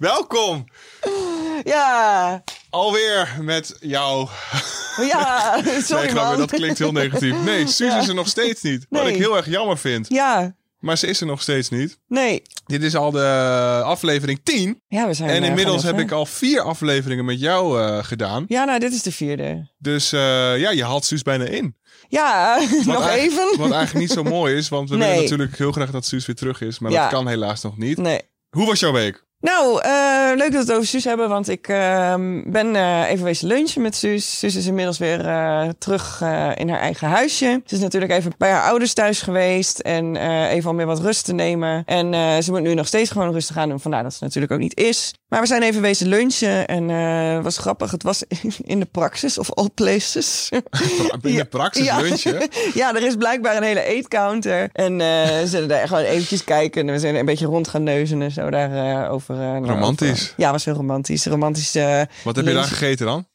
Welkom. Ja. Alweer met jou. Ja, sorry man. Dat klinkt heel negatief. Nee, Suus is er nog steeds niet. Wat ik heel erg jammer vind. Ja. Maar ze is er nog steeds niet. Nee. Dit is al de aflevering 10. Ja, we zijn en inmiddels heb ik al 4 afleveringen met jou gedaan. Ja, nou, dit is de 4e. Dus ja, je haalt Suus bijna in. Ja, nog even. Wat eigenlijk niet zo mooi is, want we willen natuurlijk heel graag dat Suus weer terug is. Maar dat kan helaas nog niet. Nee. Hoe was jouw week? Nou, leuk dat we het over Suus hebben, want ik ben even wezen lunchen met Suus. Suus is inmiddels weer terug in haar eigen huisje. Ze is natuurlijk even bij haar ouders thuis geweest en even om weer wat rust te nemen. En ze moet nu nog steeds gewoon rustig aan doen, vandaar dat ze natuurlijk ook niet is. Maar we zijn even wezen lunchen en het was grappig. Het was in de Praxis of all places. In de Praxis lunchen? Ja, er is blijkbaar een hele eetcounter. En we zullen daar gewoon eventjes kijken. En we zijn een beetje rond gaan neuzen en zo daar over. Romantisch. Ja, was heel romantisch. Wat heb je daar gegeten dan?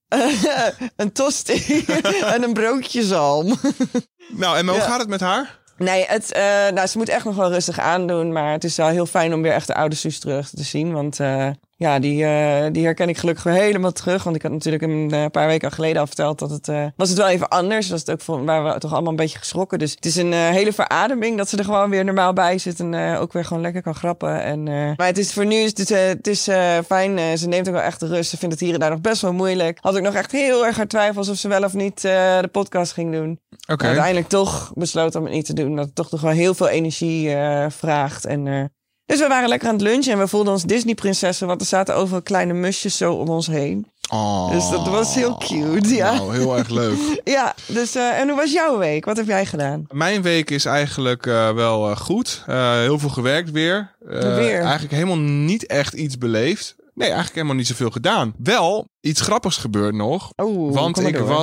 Een tosti en een broodje zalm. Nou, en hoe gaat het met haar? Nee, ze moet echt nog wel rustig aandoen. Maar het is wel heel fijn om weer echt de oude Suus terug te zien. Want die herken ik gelukkig weer helemaal terug. Want ik had natuurlijk een paar weken geleden al verteld dat was het wel even anders. Was het ook waren we toch allemaal een beetje geschrokken. Dus het is een hele verademing dat ze er gewoon weer normaal bij zit. En ook weer gewoon lekker kan grappen. Maar het is voor nu het is fijn. Ze neemt ook wel echt de rust. Ze vindt het hier en daar nog best wel moeilijk. Had ik nog echt heel erg haar twijfels of ze wel of niet de podcast ging doen. Okay. Uiteindelijk toch besloten om het niet te doen. Dat het toch wel heel veel energie vraagt. Dus we waren lekker aan het lunchen en we voelden ons Disney-prinsessen. Want er zaten overal kleine musjes zo om ons heen. Oh, dus dat was heel cute, ja. Nou, heel erg leuk. Ja, dus en hoe was jouw week? Wat heb jij gedaan? Mijn week is eigenlijk wel goed. Heel veel gewerkt weer. Eigenlijk helemaal niet echt iets beleefd. Nee, eigenlijk helemaal niet zoveel gedaan. Wel, iets grappigs gebeurt nog. Oh, want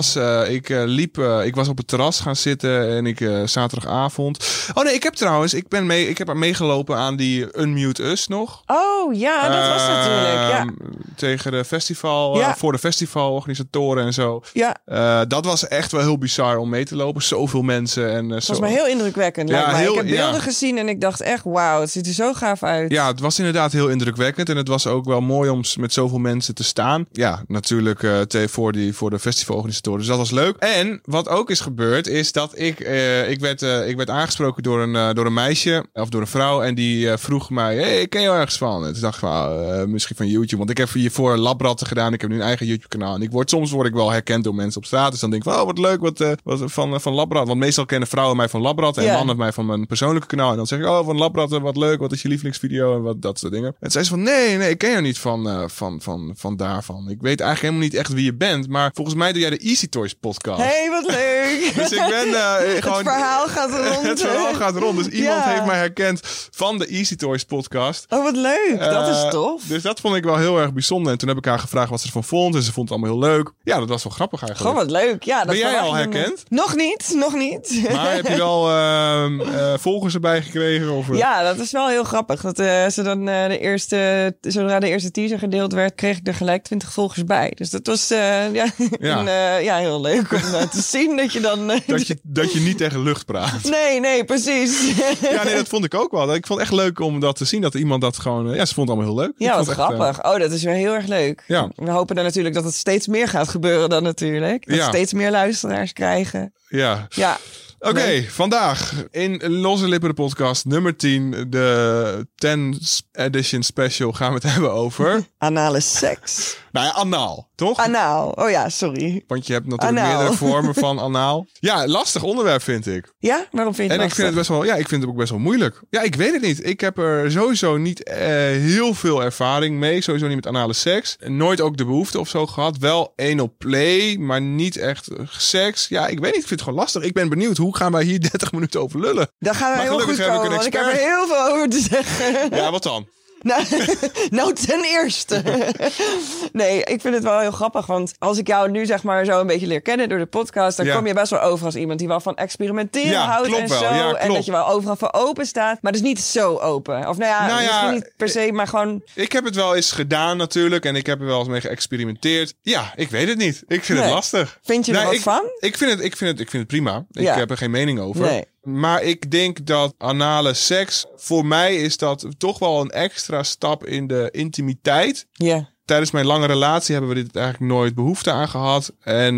ik was op het terras gaan zitten en zaterdagavond. Oh nee, ik heb meegelopen aan die Unmute Us nog. Oh ja, dat was natuurlijk. Ja. Tegen de festival, voor de festivalorganisatoren en zo. Ja. Dat was echt wel heel bizar om mee te lopen. Zoveel mensen. Het was maar heel indrukwekkend. Ja, ik heb beelden gezien en ik dacht echt, wauw, het ziet er zo gaaf uit. Ja, het was inderdaad heel indrukwekkend. En het was ook wel mooi om met zoveel mensen te staan. Ja, natuurlijk voor de festivalorganisatoren. Dus dat was leuk. En wat ook is gebeurd, is dat ik werd aangesproken door een meisje of door een vrouw. En die vroeg mij, hey, ik ken je ergens van? En toen dacht ik, misschien van YouTube. Want ik heb hiervoor labratten gedaan. Ik heb nu een eigen YouTube kanaal. En soms word ik wel herkend door mensen op straat. Dus dan denk ik, wat leuk, wat van Labrat. Want meestal kennen vrouwen mij van Labrat. En mannen mij van mijn persoonlijke kanaal. En dan zeg ik, van Labrat, wat leuk. Wat is je lievelingsvideo? En wat dat soort dingen. En toen zei ze van, nee, ik ken je niet van daarvan. Ik weet eigenlijk helemaal niet echt wie je bent. Maar volgens mij doe jij de Easy Toys podcast. Hey, wat leuk. Dus ik ben gewoon... Het verhaal gaat rond. Het verhaal gaat rond. Dus iemand heeft mij herkend van de Easy Toys podcast. Oh, wat leuk. Dat is tof. Dus dat vond ik wel heel erg bijzonder. En toen heb ik haar gevraagd wat ze ervan vond. En ze vond het allemaal heel leuk. Ja, dat was wel grappig eigenlijk. Gewoon wat leuk. Ja, dat ben jij al herkend? Nog niet. Maar heb je wel volgers erbij gekregen? Of? Ja, dat is wel heel grappig. Dat ze dan zodra de eerste teaser gedeeld werd, kreeg ik er gelijk 20 volgers bij. Dus dat was heel leuk om te zien dat je dan... dat je niet tegen lucht praat. Nee, precies. Ja, nee, dat vond ik ook wel. Ik vond het echt leuk om dat te zien. Dat iemand dat gewoon... ze vond het allemaal heel leuk. Ja, wat grappig. Dat is weer heel erg leuk. Ja. We hopen dan natuurlijk dat het steeds meer gaat gebeuren dan natuurlijk. Dat we steeds meer luisteraars krijgen. Ja. Oké, vandaag in Losse Lippen de podcast nummer 10, de 10th edition special, gaan we het hebben over... Anale seks. Nou ja, anaal, toch? Anaal, oh ja, sorry. Want je hebt natuurlijk meerdere vormen van anaal. Ja, lastig onderwerp vind ik. Ja, waarom vind je het lastig? Ik vind het ook best wel moeilijk. Ja, ik weet het niet. Ik heb er sowieso niet heel veel ervaring mee. Sowieso niet met anale seks. Nooit ook de behoefte of zo gehad. Wel anal play, maar niet echt seks. Ja, ik weet niet. Ik vind het gewoon lastig. Ik ben benieuwd. Hoe gaan wij hier 30 minuten over lullen? Dan gaan we heel goed komen, want ik heb er heel veel over te zeggen. Ja, wat dan? Nou, ten eerste. Nee, ik vind het wel heel grappig. Want als ik jou nu zeg maar zo een beetje leer kennen door de podcast... dan kom je best wel over als iemand die wel van experimenteren houdt en zo. Ja, en dat je wel overal voor open staat. Maar dus niet zo open. Of misschien niet per se, maar gewoon... Ik heb het wel eens gedaan natuurlijk. En ik heb er wel eens mee geëxperimenteerd. Ja, ik weet het niet. Ik vind het lastig. Vind je er wat van? Ik vind het prima. Ik heb er geen mening over. Nee. Maar ik denk dat anale seks, voor mij is dat toch wel een extra stap in de intimiteit. Ja. Tijdens mijn lange relatie hebben we dit eigenlijk nooit behoefte aan gehad. En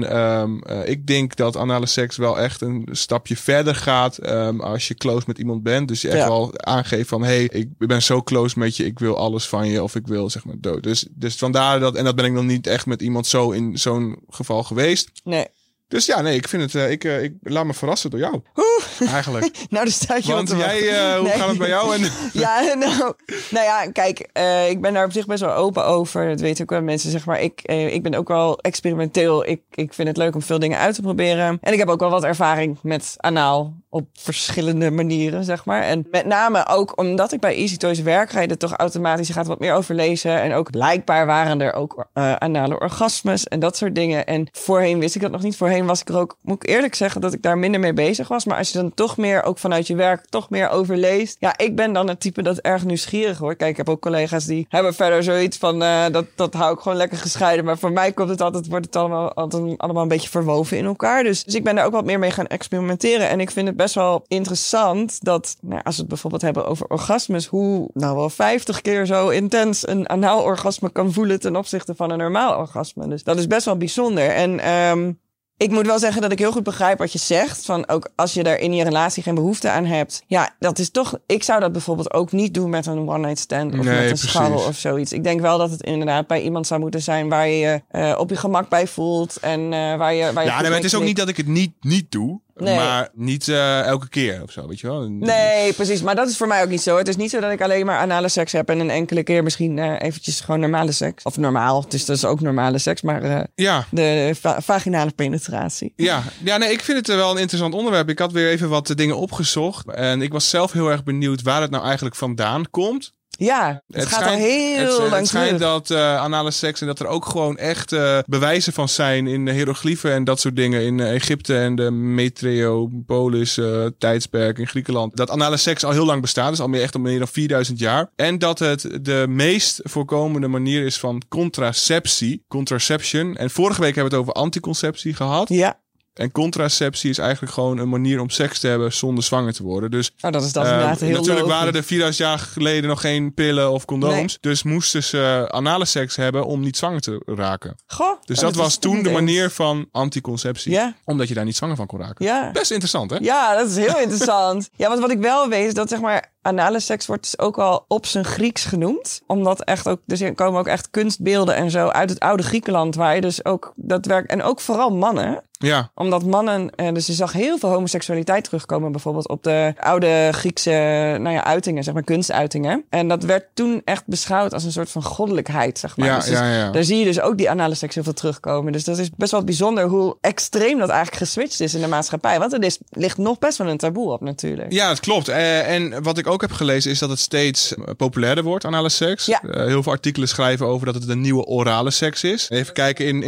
ik denk dat anale seks wel echt een stapje verder gaat als je close met iemand bent. Dus je echt wel aangeeft van, hey, ik ben zo close met je, ik wil alles van je of ik wil zeg maar dood. Dus vandaar dat, en dat ben ik nog niet echt met iemand zo in zo'n geval geweest. Nee. Dus ja, nee, ik vind het, ik laat me verrassen door jou. Eigenlijk. Nou, dus staat je Want jij, hoe gaat het bij jou? En... Ja, nou ja, kijk, ik ben daar op zich best wel open over. Dat weten ook wel mensen, zeg maar. Ik ben ook wel experimenteel. Ik vind het leuk om veel dingen uit te proberen. En ik heb ook wel wat ervaring met anaal op verschillende manieren, zeg maar. En met name ook omdat ik bij Easy Toys werk, ga je er toch automatisch, je gaat er wat meer over lezen. En ook blijkbaar waren er ook anale orgasmes en dat soort dingen. En voorheen wist ik dat nog niet. Voorheen was ik er ook, moet ik eerlijk zeggen, dat ik daar minder mee bezig was. Maar als je dan toch meer, ook vanuit je werk, toch meer overleest. Ja, ik ben dan het type dat erg nieuwsgierig wordt. Kijk, ik heb ook collega's die hebben verder zoiets van, dat hou ik gewoon lekker gescheiden. Maar voor mij wordt het allemaal een beetje verwoven in elkaar. Dus ik ben daar ook wat meer mee gaan experimenteren. En ik vind het best wel interessant dat, als we het bijvoorbeeld hebben over orgasmes, hoe nou wel 50 keer zo intens een anaal orgasme kan voelen ten opzichte van een normaal orgasme. Dus dat is best wel bijzonder. En ik moet wel zeggen dat ik heel goed begrijp wat je zegt. Van ook als je daar in je relatie geen behoefte aan hebt. Ja, dat is toch... Ik zou dat bijvoorbeeld ook niet doen met een one-night stand. Of met een scharrel of zoiets. Ik denk wel dat het inderdaad bij iemand zou moeten zijn waar je je op je gemak bij voelt. En waar je ja, nee, maar het is ook niet dat ik het niet doe. Nee. Maar niet elke keer of zo, weet je wel? Nee, precies. Maar dat is voor mij ook niet zo. Het is niet zo dat ik alleen maar anale seks heb en een enkele keer misschien eventjes gewoon normale seks. Of normaal, dus dat is ook normale seks, maar de vaginale penetratie. Ja, nee, ik vind het wel een interessant onderwerp. Ik had weer even wat dingen opgezocht en ik was zelf heel erg benieuwd waar het nou eigenlijk vandaan komt. Ja, het gaat al heel lang Het schijnt dat anale seks en dat er ook gewoon echt bewijzen van zijn in hieroglyphen en dat soort dingen in Egypte en de Metropolis tijdsperk in Griekenland. Dat anale seks al heel lang bestaat, dus al meer dan 4000 jaar. En dat het de meest voorkomende manier is van contraception. En vorige week hebben we het over anticonceptie gehad. Ja. En contraceptie is eigenlijk gewoon een manier om seks te hebben zonder zwanger te worden. Dus dat is dat inderdaad heel natuurlijk logisch. waren er 4000 jaar geleden nog geen pillen of condooms. Nee. Dus moesten ze anale seks hebben om niet zwanger te raken. Goh, dus dat was toen de manier van anticonceptie. Ja. Omdat je daar niet zwanger van kon raeren. Ja. Best interessant, hè? Ja, dat is heel interessant. Ja, want wat ik wel weet is dat zeg maar anale seks wordt dus ook al op zijn Grieks genoemd. Omdat echt ook, dus er komen ook echt kunstbeelden en zo uit het oude Griekenland. Waar je dus ook dat werk, en ook vooral mannen. Ja. Omdat mannen, dus je zag heel veel homoseksualiteit terugkomen bijvoorbeeld op de oude Griekse uitingen, zeg maar kunstuitingen. En dat werd toen echt beschouwd als een soort van goddelijkheid, zeg maar. Ja, dus ja. Daar zie je dus ook die anale seks heel veel terugkomen. Dus dat is best wel bijzonder hoe extreem dat eigenlijk geswitcht is in de maatschappij. Want er ligt nog best wel een taboe op natuurlijk. Ja, dat klopt. En wat ik ook heb gelezen is dat het steeds populairder wordt, anale seks. Ja. Heel veel artikelen schrijven over dat het een nieuwe orale seks is. Even kijken, in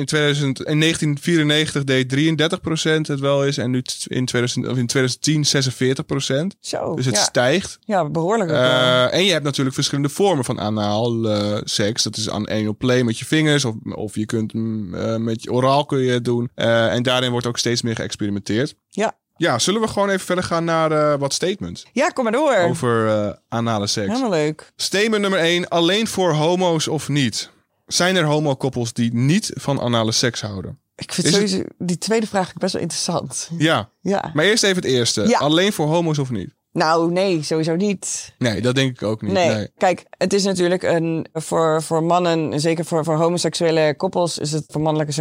1994 deed 33% het wel is. En nu in 2010 46%. Zo, dus het stijgt. Ja, behoorlijk. En je hebt natuurlijk verschillende vormen van anaal seks. Dat is anal play met je vingers. Of je kunt met je oraal kun je het doen. En daarin wordt ook steeds meer geëxperimenteerd. Ja. Ja, zullen we gewoon even verder gaan naar wat statements? Ja, kom maar door. Over anale seks. Helemaal leuk. Statement nummer 1. Alleen voor homo's of niet? Zijn er homokoppels die niet van anale seks houden? Ik vind sowieso die tweede vraag best wel interessant. Ja. Maar eerst even het eerste. Ja. Alleen voor homo's of niet? Nou, nee, sowieso niet. Nee, dat denk ik ook niet. Nee. Kijk, het is natuurlijk voor mannen, zeker voor homoseksuele koppels, is het voor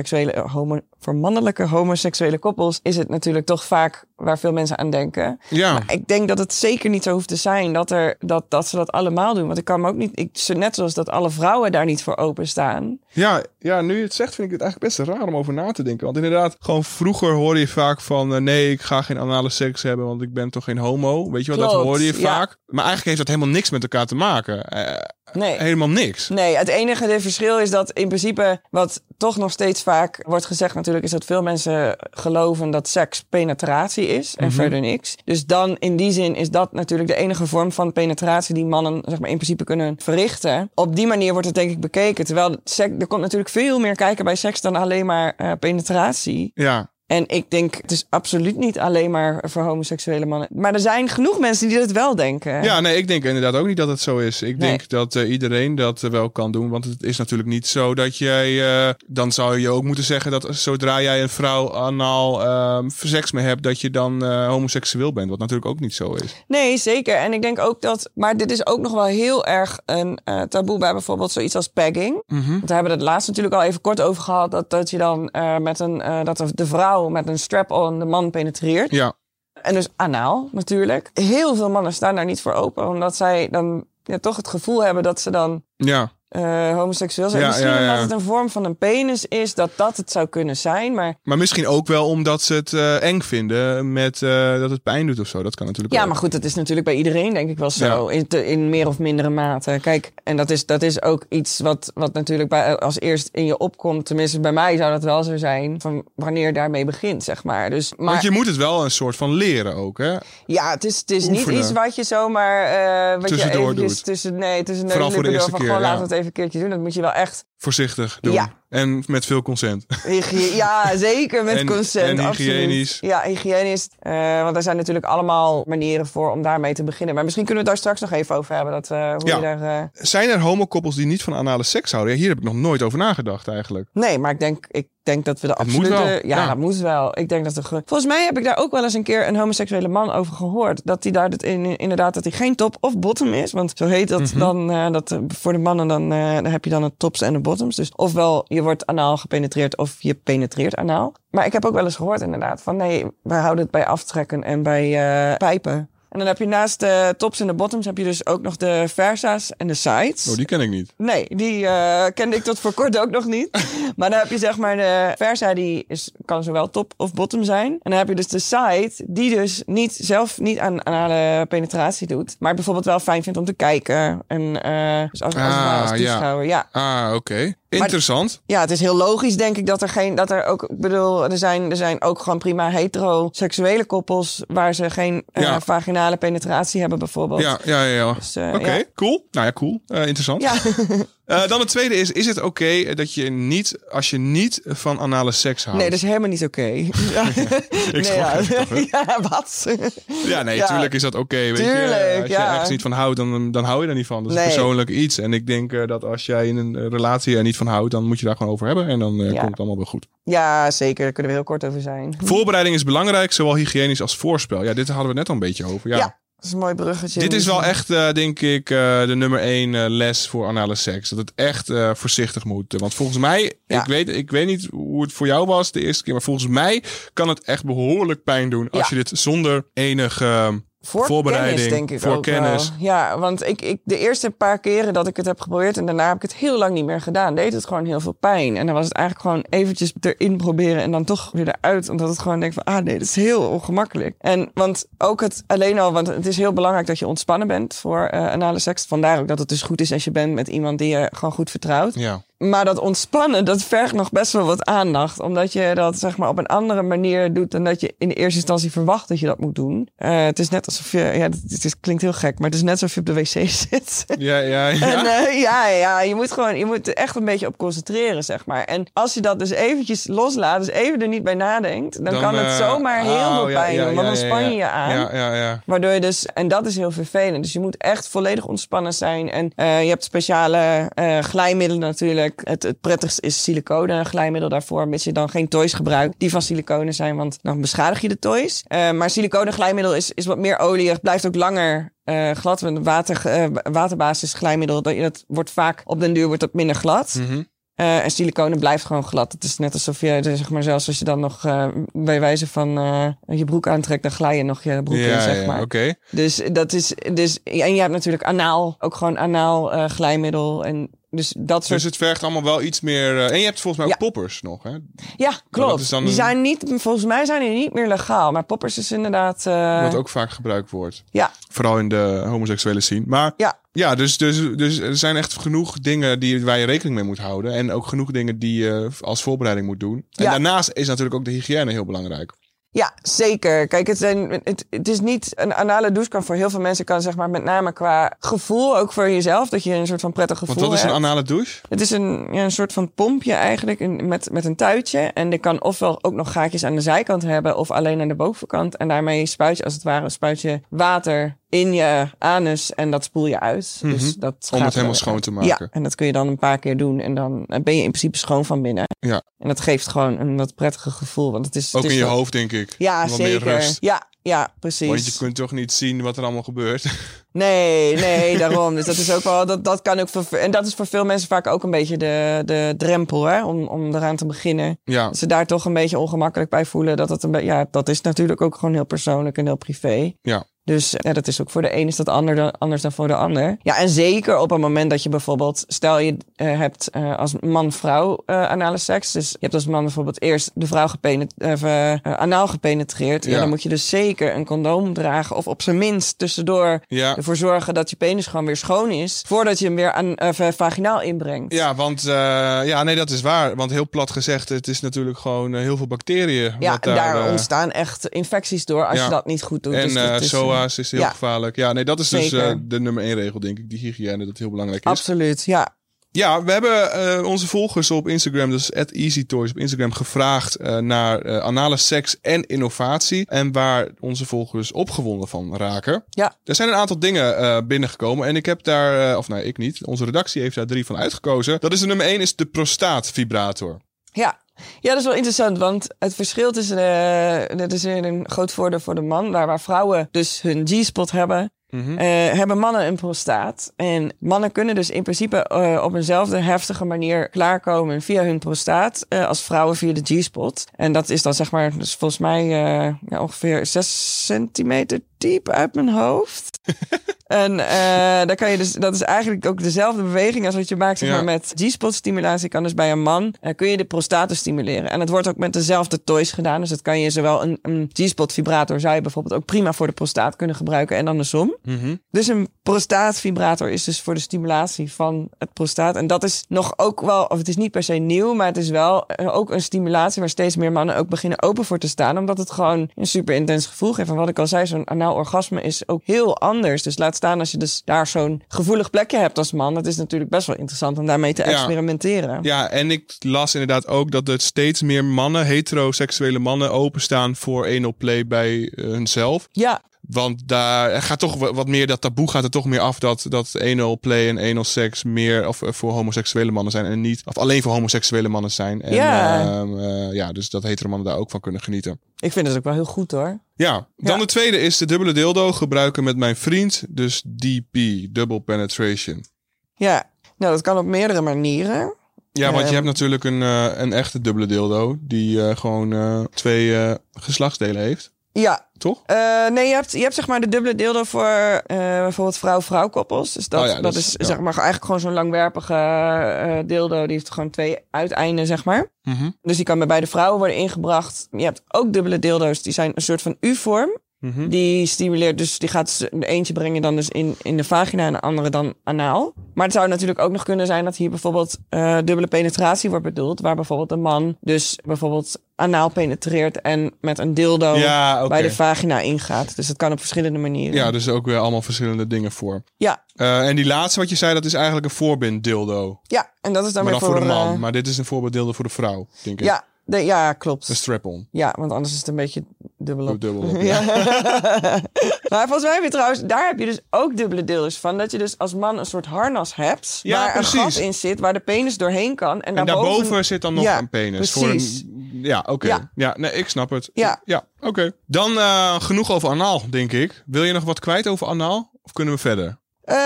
mannelijke homoseksuele koppels, is het natuurlijk toch vaak waar veel mensen aan denken. Ja. Maar ik denk dat het zeker niet zo hoeft te zijn dat ze dat allemaal doen. Want ik kan me ook niet, net zoals dat alle vrouwen daar niet voor openstaan. Ja, nu je het zegt vind ik het eigenlijk best raar om over na te denken. Want inderdaad, gewoon vroeger hoorde je vaak van nee, ik ga geen anale seks hebben, want ik ben toch geen homo. Weet je wel, dat hoorde je vaak. Maar eigenlijk heeft dat helemaal niks met elkaar te maken. Nee. Helemaal niks. Nee, het enige verschil is dat in principe, wat toch nog steeds vaak wordt gezegd natuurlijk, is dat veel mensen geloven dat seks penetratie is en verder niks. Dus dan in die zin is dat natuurlijk de enige vorm van penetratie die mannen zeg maar in principe kunnen verrichten. Op die manier wordt het denk ik bekeken. Terwijl er komt natuurlijk veel meer kijken bij seks dan alleen maar penetratie. Ja. En ik denk, het is absoluut niet alleen maar voor homoseksuele mannen. Maar er zijn genoeg mensen die dat wel denken. Ja, nee, ik denk inderdaad ook niet dat het zo is. Ik denk dat iedereen dat wel kan doen. Want het is natuurlijk niet zo dat jij... dan zou je ook moeten zeggen dat zodra jij een vrouw anaal seks mee hebt, dat je dan homoseksueel bent. Wat natuurlijk ook niet zo is. Nee, zeker. En ik denk ook dat... Maar dit is ook nog wel heel erg een taboe bij bijvoorbeeld zoiets als pegging. Mm-hmm. Want daar hebben we het laatst natuurlijk al even kort over gehad. Dat je dan dat de vrouw met een strap-on de man penetreert. Ja. En dus anaal natuurlijk. Heel veel mannen staan daar niet voor open. Omdat zij dan toch het gevoel hebben dat ze dan homoseksueel zijn. Misschien omdat het een vorm van een penis is. Dat het zou kunnen zijn. Maar misschien ook wel omdat ze het eng vinden met dat het pijn doet of zo. Dat kan natuurlijk ook. Ja, maar goed, dat is natuurlijk bij iedereen denk ik wel zo. Ja. In meer of mindere mate. Kijk, en dat is ook iets wat natuurlijk als eerst in je opkomt. Tenminste, bij mij zou dat wel zo zijn. Van wanneer je daarmee begint, zeg maar. Dus, want je moet het wel een soort van leren ook, hè? Ja, het is niet iets wat je zomaar... wat tussendoor je doet. Tussen vooral voor de eerste keer. Gewoon laten we het even een keertje doen. Dat moet je wel echt... voorzichtig doen. Ja. En met veel consent. Ja, zeker met consent. En hygiënisch. Absoluut. Ja, hygiënisch. Want er zijn natuurlijk allemaal manieren voor om daarmee te beginnen. Maar misschien kunnen we het daar straks nog even over hebben. Zijn er homokoppels die niet van anale seks houden? Ja, hier heb ik nog nooit over nagedacht eigenlijk. Nee, maar ik denk dat we de absolute... Ja, dat moet wel. Ik denk dat volgens mij heb ik daar ook wel eens een keer een homoseksuele man over gehoord. Dat hij daar inderdaad dat hij geen top of bottom is. Want zo heet dat dan. Voor de mannen dan heb je dan de tops en de bottoms. Dus ofwel je wordt anaal gepenetreerd of je penetreert anaal. Maar ik heb ook wel eens gehoord inderdaad van nee, wij houden het bij aftrekken en bij pijpen. En dan heb je naast de tops en de bottoms heb je dus ook nog de versa's en de sides. Oh, die ken ik niet. Nee, die kende ik tot voor kort ook nog niet. Maar dan heb je zeg maar de versa, kan zowel top of bottom zijn. En dan heb je dus de side, die dus zelf niet aan anale penetratie doet. Maar bijvoorbeeld wel fijn vindt om te kijken. En dus als toeschouwer, ja. Oké. Interessant. Maar, het is heel logisch, denk ik, er zijn ook gewoon prima heteroseksuele koppels waar ze geen vaginale penetratie hebben, bijvoorbeeld. Ja. Dus, Oké, cool. Nou ja, cool. Interessant. Ja. Dan het tweede is het oké dat je niet, als je niet van anale seks houdt? Nee, dat is helemaal niet oké. Ik schrok toch, ja, wat? Ja, nee, tuurlijk is dat oké. Weet je? Als je ergens niet van houdt, dan hou je er niet van. Dat is persoonlijk iets. En ik denk dat als jij in een relatie er niet van houdt, dan moet je daar gewoon over hebben. En dan komt het allemaal wel goed. Ja, zeker. Daar kunnen we heel kort over zijn. Voorbereiding is belangrijk, zowel hygiënisch als voorspel. Ja, dit hadden we net al een beetje over. Ja. Dat is een mooi bruggetje. Dit is wel echt, denk ik, de nummer 1 les voor anale seks. Dat het echt voorzichtig moet. Want volgens mij, ik weet niet hoe het voor jou was de eerste keer, maar volgens mij kan het echt behoorlijk pijn doen als je dit zonder enige voorbereiding, kennis, denk ik voor ook kennis. Wel. Ja, want ik de eerste paar keren dat ik het heb geprobeerd en daarna heb ik het heel lang niet meer gedaan, deed het gewoon heel veel pijn. En dan was het eigenlijk gewoon eventjes erin proberen en dan toch weer eruit, omdat het gewoon denkt van, nee, dat is heel ongemakkelijk. En want ook want het is heel belangrijk dat je ontspannen bent voor anale seks. Vandaar ook dat het dus goed is als je bent met iemand die je gewoon goed vertrouwt. Ja. Maar dat ontspannen, dat vergt nog best wel wat aandacht. Omdat je dat zeg maar op een andere manier doet dan dat je in de eerste instantie verwacht dat je dat moet doen. Het is net alsof je, het klinkt heel gek, maar het is net alsof je op de wc zit. Ja. En je moet er echt een beetje op concentreren, zeg maar. En als je dat dus eventjes loslaat, dus even er niet bij nadenkt, dan kan het zomaar heel veel pijn doen. Want dan span je je aan. Ja. Waardoor je dus, en dat is heel vervelend. Dus je moet echt volledig ontspannen zijn. En je hebt speciale glijmiddelen natuurlijk. Het prettigst is silicone glijmiddel daarvoor, mits je dan geen toys gebruikt die van silicone zijn, want dan beschadig je de toys. Maar silicone glijmiddel is wat meer olieig, blijft ook langer glad. Waterbasis glijmiddel, dat wordt vaak op den duur wordt dat minder glad. Mm-hmm. En siliconen blijft gewoon glad. Het is net alsof je, zeg maar, zelfs als je dan nog bij wijze van je broek aantrekt, dan glij je nog je broek in, zeg maar. Okay. Dus dat is, en je hebt natuurlijk anaal, ook gewoon anaal glijmiddel en dus het vergt allemaal wel iets meer. En je hebt volgens mij ook poppers nog, hè? Ja, klopt. Die zijn niet, volgens mij zijn die niet meer legaal. Maar poppers is inderdaad... Wat ook vaak gebruikt wordt. Ja. Vooral in de homoseksuele scene. Maar dus er zijn echt genoeg dingen waar je rekening mee moet houden. En ook genoeg dingen die je als voorbereiding moet doen. En daarnaast is natuurlijk ook de hygiëne heel belangrijk. Ja, zeker. Kijk, het is niet... Een anale douche kan voor heel veel mensen... kan zeg maar met name qua gevoel, ook voor jezelf... dat je een soort van prettig gevoel hebt. Want wat is een anale douche? Het is een soort van pompje eigenlijk met een tuitje. En die kan ofwel ook nog gaatjes aan de zijkant hebben... of alleen aan de bovenkant. En daarmee spuit je als het ware water in je anus en dat spoel je uit. Dus dat om het helemaal schoon te maken. Ja, en dat kun je dan een paar keer doen en dan ben je in principe schoon van binnen. Ja. En dat geeft gewoon een wat prettige gevoel. Want het is, ook het is in je hoofd, denk ik. Ja, wat zeker. Meer rust. Ja, precies. Want je kunt toch niet zien wat er allemaal gebeurt? Nee, daarom. Dus dat is ook wel, dat kan ook en dat is voor veel mensen vaak ook een beetje de drempel, hè, om eraan te beginnen. Ja. Dat ze daar toch een beetje ongemakkelijk bij voelen. Dat is natuurlijk ook gewoon heel persoonlijk en heel privé. Ja. Dus dat is ook voor de een is dat anders dan voor de ander. Ja, en zeker op het moment dat je bijvoorbeeld... Stel je hebt als man-vrouw anale seks. Dus je hebt als man bijvoorbeeld eerst de vrouw anaal gepenetreerd. Ja, dan moet je dus zeker een condoom dragen. Of op zijn minst tussendoor ervoor zorgen dat je penis gewoon weer schoon is. Voordat je hem weer vaginaal inbrengt. Ja, want dat is waar. Want heel plat gezegd, het is natuurlijk gewoon heel veel bacteriën. Ja, en daar ontstaan echt infecties door als je dat niet goed doet. En dus is heel gevaarlijk. Ja, nee, dat is dus de nummer 1 regel, denk ik. Die hygiëne, dat heel belangrijk is. Absoluut, ja. Ja, we hebben onze volgers op Instagram, dus @EasyToys op Instagram, gevraagd naar anale seks en innovatie. En waar onze volgers opgewonden van raken. Ja. Er zijn een aantal dingen binnengekomen. En ik heb daar, ik niet, onze redactie heeft daar 3 van uitgekozen. Dat is de nummer 1, is de prostaatvibrator. Ja, dat is wel interessant, want het verschil tussen... dat is een groot voordeel voor de man. Waar vrouwen dus hun G-spot hebben... hebben mannen een prostaat. En mannen kunnen dus in principe op eenzelfde heftige manier klaarkomen via hun prostaat als vrouwen via de G-spot. En dat is dan zeg maar, dus volgens mij ongeveer 6 centimeter diep uit mijn hoofd. En dan kan je dus, dat is eigenlijk ook dezelfde beweging als wat je maakt zeg maar, met G-spot stimulatie. Kan dus bij een man, kun je de prostaat dus stimuleren. En het wordt ook met dezelfde toys gedaan. Dus dat kan je zowel een G-spot vibrator zou je bijvoorbeeld ook prima voor de prostaat kunnen gebruiken en andersom. Dus een prostaatvibrator is dus voor de stimulatie van het prostaat. En dat is nog ook wel, of het is niet per se nieuw, maar het is wel ook een stimulatie waar steeds meer mannen ook beginnen open voor te staan. Omdat het gewoon een super intens gevoel geeft. En wat ik al zei, zo'n anaal orgasme is ook heel anders. Dus laat staan als je dus daar zo'n gevoelig plekje hebt als man. Dat is natuurlijk best wel interessant om daarmee te experimenteren. Ja, en ik las inderdaad ook dat er steeds meer mannen, heteroseksuele mannen, openstaan voor anal play bij hunzelf. Ja. Want daar gaat toch wat meer, dat taboe gaat er toch meer af dat anal play en anal seks meer of voor homoseksuele mannen zijn en niet, of alleen voor homoseksuele mannen zijn. En dus dat hetero mannen daar ook van kunnen genieten. Ik vind het ook wel heel goed hoor. Ja, dan de tweede is de dubbele dildo gebruiken met mijn vriend, dus DP, double penetration. Ja, nou dat kan op meerdere manieren. Ja, want je hebt natuurlijk een echte dubbele dildo die gewoon 2 geslachtsdelen heeft. Ja. Toch? Nee, je hebt zeg maar de dubbele dildo voor bijvoorbeeld vrouw-vrouw koppels. Dus dat is zeg maar eigenlijk gewoon zo'n langwerpige dildo. Die heeft gewoon 2 uiteinden, zeg maar. Dus die kan bij beide vrouwen worden ingebracht. Je hebt ook dubbele dildo's. Die zijn een soort van U-vorm. Die stimuleert, dus die gaat de eentje brengen dan dus in de vagina en de andere dan anaal. Maar het zou natuurlijk ook nog kunnen zijn dat hier bijvoorbeeld dubbele penetratie wordt bedoeld. Waar bijvoorbeeld een man dus bijvoorbeeld anaal penetreert en met een dildo bij de vagina ingaat. Dus dat kan op verschillende manieren. Ja, dus ook weer allemaal verschillende dingen voor. Ja. En die laatste wat je zei, dat is eigenlijk een voorbinddildo. Ja, en dat is dan weer voor de man. Maar dit is een voorbeelddildo voor de vrouw, denk ik. Ja, klopt. Een strap-on. Ja, want anders is het een beetje dubbelop. Ja. Maar volgens mij heb je trouwens, daar heb je dus ook dubbele dildo's van. Dat je dus als man een soort harnas hebt. Waar precies. Een gat in zit, waar de penis doorheen kan. En daarboven zit dan nog een penis. Precies. Ja, nee, ik snap het. Ja, oké. Dan genoeg over anaal, denk ik. Wil je nog wat kwijt over anaal? Of kunnen we verder?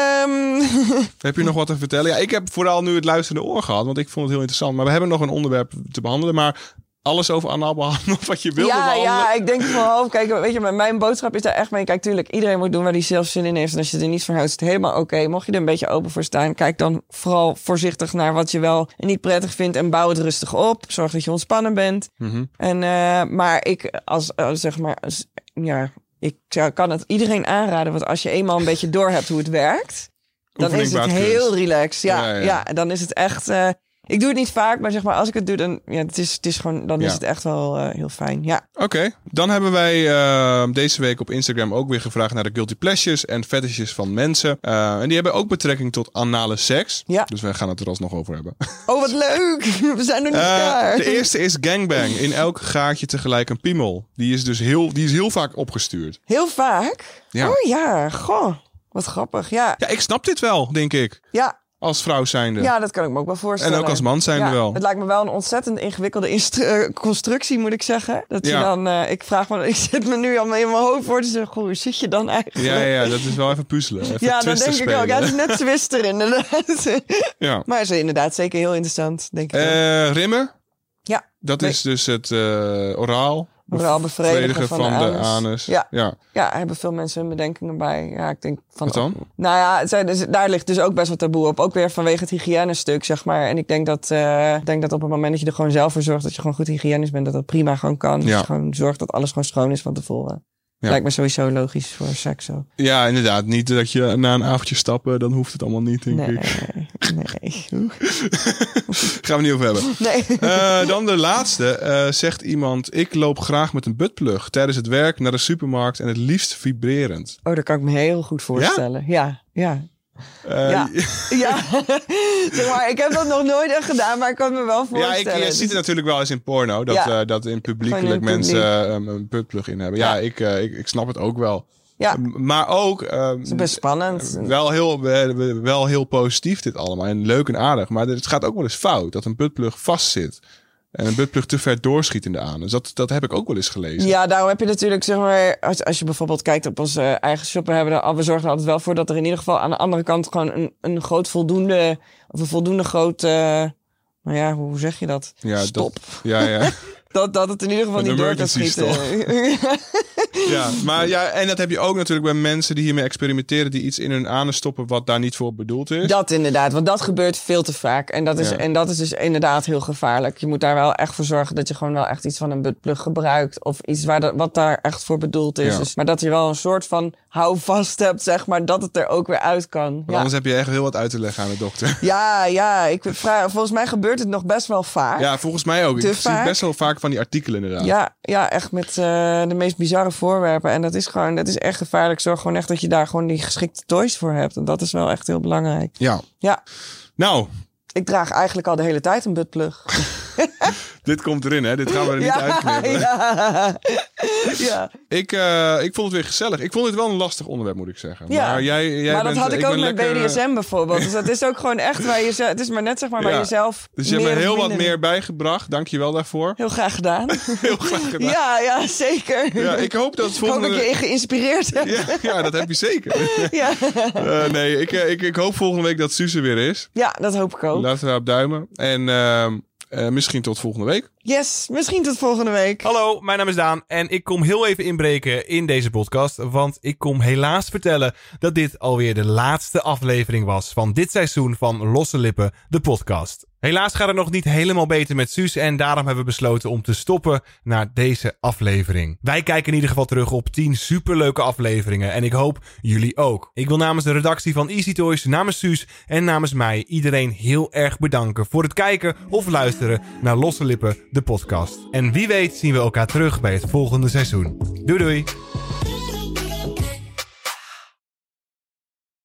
Heb je nog wat te vertellen? Ja, ik heb vooral nu het luisterende oor gehad, want ik vond het heel interessant. Maar we hebben nog een onderwerp te behandelen, maar alles over anaal behandelen wat je wilde behandelen. Ja, ik denk vooral, kijk, weet je, mijn boodschap is daar echt mee. Kijk, tuurlijk, iedereen moet doen waar hij zelf zin in heeft. En als je er niet van houdt, is het helemaal oké. Mocht je er een beetje open voor staan, kijk dan vooral voorzichtig naar wat je wel niet prettig vindt en bouw het rustig op. Zorg dat je ontspannen bent. En, maar ik, ik kan het iedereen aanraden, want als je eenmaal een beetje door hebt hoe het werkt, dan is het heel relaxed. Ja, dan is het echt... Ik doe het niet vaak, maar zeg maar als ik het doe, dan het is gewoon, dan is het echt wel heel fijn. Ja. Oké. Dan hebben wij deze week op Instagram ook weer gevraagd naar de guilty pleasures en fetishes van mensen. En die hebben ook betrekking tot anale seks. Ja. Dus wij gaan het er alsnog over hebben. Oh, wat leuk! We zijn nog niet klaar. De eerste is gangbang. In elk gaatje tegelijk een piemel. Die is heel vaak opgestuurd. Heel vaak? Ja. Oh ja, goh. Wat grappig, ja. Ja, ik snap dit wel, denk ik. Ja. Als vrouw zijnde. Ja, dat kan ik me ook wel voorstellen. En ook als man zijnde wel. Het lijkt me wel een ontzettend ingewikkelde constructie, moet ik zeggen. Dat je dan, ik zit me nu allemaal in mijn hoofd voor te zeggen, hoe zit je dan eigenlijk? Ja, dat is wel even puzzelen. Even ja, dat denk spelen. ik ook. Ja, het is net Twister inderdaad. Ja. Maar het is inderdaad zeker heel interessant, denk ik. Rimmen? Ja. Dat is dus het oraal bevredigen van de anus. Ja, hebben veel mensen hun bedenkingen bij. Ja, ik denk van. Wat dan? Nou ja, daar ligt dus ook best wat taboe op. Ook weer vanwege het hygiënestuk, zeg maar. En ik denk dat op het moment dat je er gewoon zelf voor zorgt dat je gewoon goed hygiënisch bent, dat dat prima gewoon kan. Dus je gewoon zorgt dat alles gewoon schoon is van tevoren. Ja. Lijkt me sowieso logisch voor seks ook. Ja, inderdaad. Niet dat je na een avondje stappen, dan hoeft het allemaal niet, denk ik. Nee. Gaan we niet over hebben. Nee. Dan de laatste. Zegt iemand, ik loop graag met een buttplug tijdens het werk naar de supermarkt en het liefst vibrerend. Oh, dat kan ik me heel goed voorstellen. Ja. Ja. Zeg maar, ik heb dat nog nooit echt gedaan, maar ik kan me wel voorstellen. Ja, je ziet het natuurlijk wel eens in porno, dat in publiekelijk mensen een buttplug in hebben. Ja, ik snap het ook wel. Ja. Maar ook... het is best spannend. Wel heel positief dit allemaal en leuk en aardig. Maar het gaat ook wel eens fout dat een buttplug vastzit. En een buttplug te ver doorschiet in de anus. Dat heb ik ook wel eens gelezen. Ja, daarom heb je natuurlijk, zeg maar, als je bijvoorbeeld kijkt op onze eigen shoppen, we zorgen er altijd wel voor dat er in ieder geval aan de andere kant gewoon een voldoende groot, hoe zeg je dat? Ja, stop. Ja. Dat het in ieder geval niet door kan schieten. Ja, maar en dat heb je ook natuurlijk bij mensen die hiermee experimenteren, die iets in hun anus stoppen wat daar niet voor bedoeld is. Dat inderdaad, want dat gebeurt veel te vaak. En dat is dus inderdaad heel gevaarlijk. Je moet daar wel echt voor zorgen dat je gewoon wel echt iets van een buttplug gebruikt. Of iets wat daar echt voor bedoeld is. Ja. Dus, maar dat je wel een soort van houvast hebt, zeg maar, dat het er ook weer uit kan. Ja. Anders heb je echt heel wat uit te leggen aan de dokter. Ja. Volgens mij gebeurt het nog best wel vaak. Ja, volgens mij ook. Ik zie best wel vaak van die artikelen inderdaad. Ja, echt met de meest bizarre voorwerpen. En dat is echt gevaarlijk. Zorg gewoon echt dat je daar gewoon die geschikte toys voor hebt. En dat is wel echt heel belangrijk. Ja. Nou. Ik draag eigenlijk al de hele tijd een buttplug. Dit komt erin, hè? Dit gaan we er niet uitknippen. Ja. Ik vond het weer gezellig. Ik vond het wel een lastig onderwerp, moet ik zeggen. Ja. Maar jij maar dat had ik ook met BDSM bijvoorbeeld. Dus dat is ook gewoon echt waar je... Het is maar net, zeg maar, waar je zelf... Dus je hebt me heel wat meer bijgebracht. Dank je wel daarvoor. Heel graag gedaan. Heel graag gedaan. Ja, zeker. Ja, ik hoop dat het volgende... Ik hoop dat ik je geïnspireerd heb. Ja, dat heb je zeker. Ja. Nee, ik hoop volgende week dat Suze weer is. Ja, dat hoop ik ook. Laten we daarop duimen. En misschien tot volgende week. Yes, misschien tot volgende week. Hallo, mijn naam is Daan en ik kom heel even inbreken in deze podcast, want ik kom helaas vertellen dat dit alweer de laatste aflevering was van dit seizoen van Losse Lippen, de podcast. Helaas gaat het nog niet helemaal beter met Suus en daarom hebben we besloten om te stoppen naar deze aflevering. Wij kijken in ieder geval terug op 10 superleuke afleveringen en ik hoop jullie ook. Ik wil namens de redactie van Easy Toys, namens Suus en namens mij iedereen heel erg bedanken voor het kijken of luisteren naar Losse Lippen, de podcast. En wie weet zien we elkaar terug bij het volgende seizoen. Doei doei!